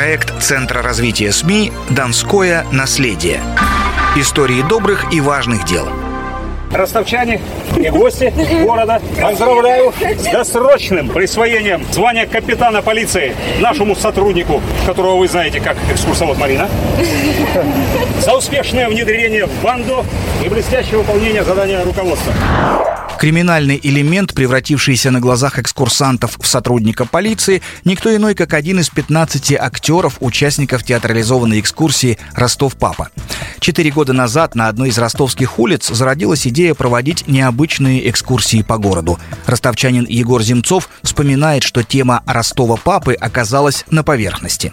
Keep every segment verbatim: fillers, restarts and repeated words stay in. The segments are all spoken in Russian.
Проект Центра развития СМИ «Донское наследие». Истории добрых и важных дел. Ростовчане и гости города, поздравляю с досрочным присвоением звания капитана полиции нашему сотруднику, которого вы знаете как экскурсовод Марина, за успешное внедрение в банду и блестящее выполнение задания руководства. Криминальный элемент, превратившийся на глазах экскурсантов в сотрудника полиции, никто иной, как один из пятнадцати актеров, участников театрализованной экскурсии «Ростов-папа». Четыре года назад на одной из ростовских улиц зародилась идея проводить необычные экскурсии по городу. Ростовчанин Егор Земцов вспоминает, что тема Ростова-папы оказалась на поверхности.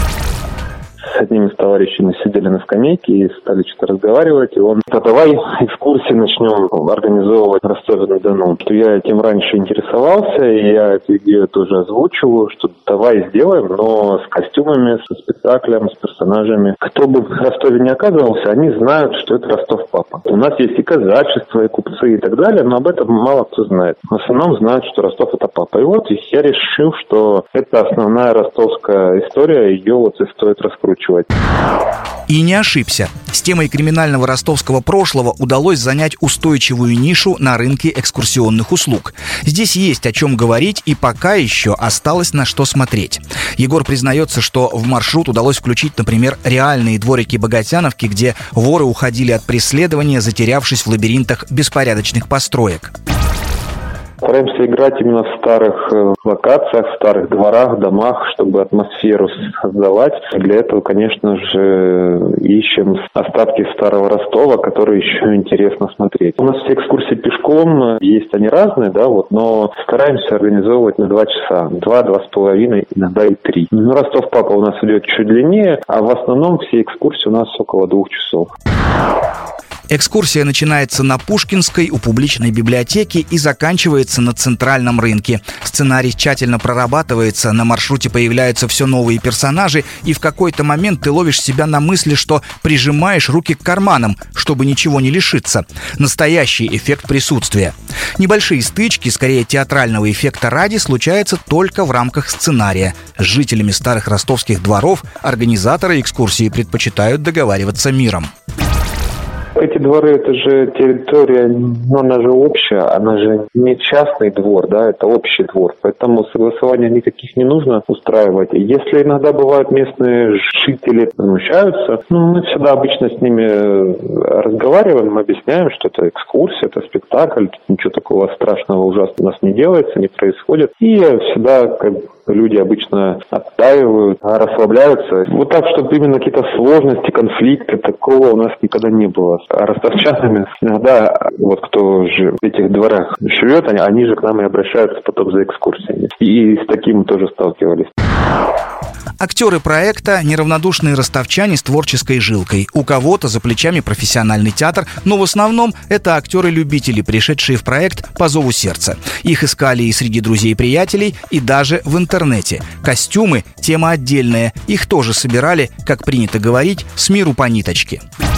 С одним из товарищей мы сидели на скамейке и стали что-то разговаривать, и он: «Да давай экскурсии начнем организовывать в Ростове-на-Дону». Я этим раньше интересовался, и я эту идею тоже озвучиваю, что давай сделаем, но с костюмами, со спектаклем, с персонажами. Кто бы в Ростове не оказывался, они знают, что это Ростов-папа. У нас есть и казачество, и купцы, и так далее, но об этом мало кто знает. В основном знают, что Ростов — это папа. И вот я решил, что это основная ростовская история, ее вот и стоит раскручивать. И не ошибся. С темой криминального ростовского прошлого удалось занять устойчивую нишу на рынке экскурсионных услуг. Здесь есть о чем говорить, и пока еще осталось на что смотреть. Егор признается, что в маршрут удалось включить, например, реальные дворики Богатяновки, где воры уходили от преследования, затерявшись в лабиринтах беспорядочных построек. Стараемся играть именно в старых локациях, в старых дворах, домах, чтобы атмосферу создавать. Для этого, конечно же, ищем остатки старого Ростова, которые еще интересно смотреть. У нас все экскурсии пешком, есть они разные, да, вот, но стараемся организовывать на два часа. Два, два с половиной, иногда и три. Ну, Ростов-папа у нас идет чуть длиннее, а в основном все экскурсии у нас около двух часов. Экскурсия начинается на Пушкинской у публичной библиотеки и заканчивается на центральном рынке. Сценарий тщательно прорабатывается, на маршруте появляются все новые персонажи, и в какой-то момент ты ловишь себя на мысли, что прижимаешь руки к карманам, чтобы ничего не лишиться. Настоящий эффект присутствия. Небольшие стычки, скорее театрального эффекта ради, случаются только в рамках сценария. С жителями старых ростовских дворов организаторы экскурсии предпочитают договариваться миром. Эти дворы, это же территория, ну, она же общая, она же не частный двор, да, это общий двор, поэтому согласования никаких не нужно устраивать. Если иногда бывают местные жители возмущаются, ну, мы всегда обычно с ними разговариваем, мы объясняем, что это экскурсия, это спектакль, ничего такого страшного, ужасного у нас не делается, не происходит, и всегда как бы люди обычно оттаивают, расслабляются. Вот так, чтобы именно какие-то сложности, конфликты, такого у нас никогда не было. А ростовчанами иногда, вот кто же в этих дворах живет, они, они же к нам и обращаются потом за экскурсиями. И с таким мы тоже сталкивались. Актеры проекта – неравнодушные ростовчане с творческой жилкой. У кого-то за плечами профессиональный театр, но в основном это актеры-любители, пришедшие в проект по зову сердца. Их искали и среди друзей и приятелей, и даже в интернете. Костюмы – тема отдельная. Их тоже собирали, как принято говорить, с миру по ниточке.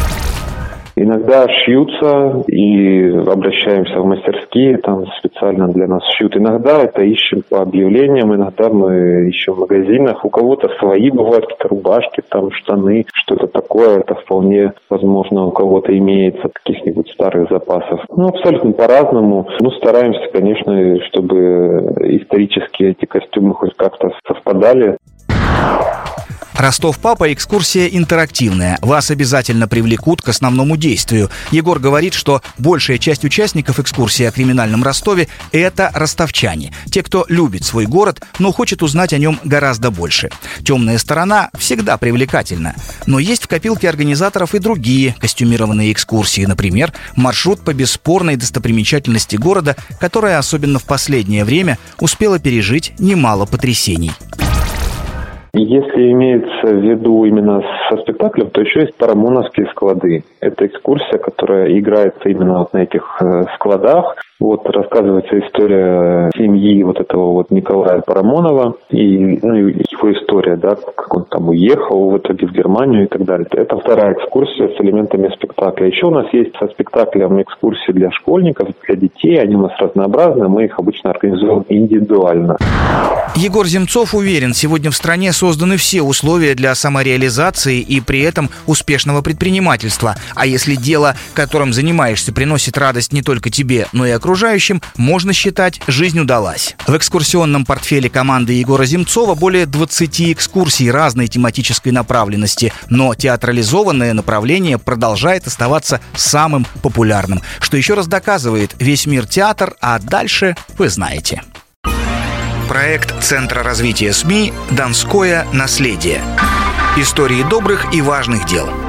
Иногда шьются и обращаемся в мастерские, там специально для нас шьют. Иногда это ищем по объявлениям, иногда мы ищем в магазинах. У кого-то свои бывают какие-то рубашки, там штаны, что-то такое. Это вполне возможно у кого-то имеется каких-нибудь старых запасов. Ну, абсолютно по-разному. Ну, стараемся, конечно, чтобы исторически эти костюмы хоть как-то совпадали. Ростов-папа – экскурсия интерактивная. Вас обязательно привлекут к основному действию. Егор говорит, что большая часть участников экскурсии о криминальном Ростове – это ростовчане. Те, кто любит свой город, но хочет узнать о нем гораздо больше. Темная сторона всегда привлекательна. Но есть в копилке организаторов и другие костюмированные экскурсии. Например, маршрут по бесспорной достопримечательности города, которая, особенно в последнее время, успела пережить немало потрясений. Если имеется в виду именно со спектаклем, то еще есть парамоновские склады. Это экскурсия, которая играется именно вот на этих складах. Вот рассказывается история семьи вот этого вот Николая Парамонова и, ну, его история, да, как он там уехал в итоге в Германию и так далее. Это вторая экскурсия с элементами спектакля. Еще у нас есть со спектаклем экскурсии для школьников, для детей. Они у нас разнообразны, мы их обычно организуем индивидуально. Егор Земцов уверен, сегодня в стране созданы все условия для самореализации и при этом успешного предпринимательства. А если дело, которым занимаешься, приносит радость не только тебе, но и окружающим, можно считать, жизнь удалась. В экскурсионном портфеле команды Егора Земцова более двадцати экскурсий разной тематической направленности, но театрализованное направление продолжает оставаться самым популярным, что еще раз доказывает: весь мир театр, а дальше вы знаете. Проект Центра развития СМИ «Донское наследие». Истории добрых и важных дел.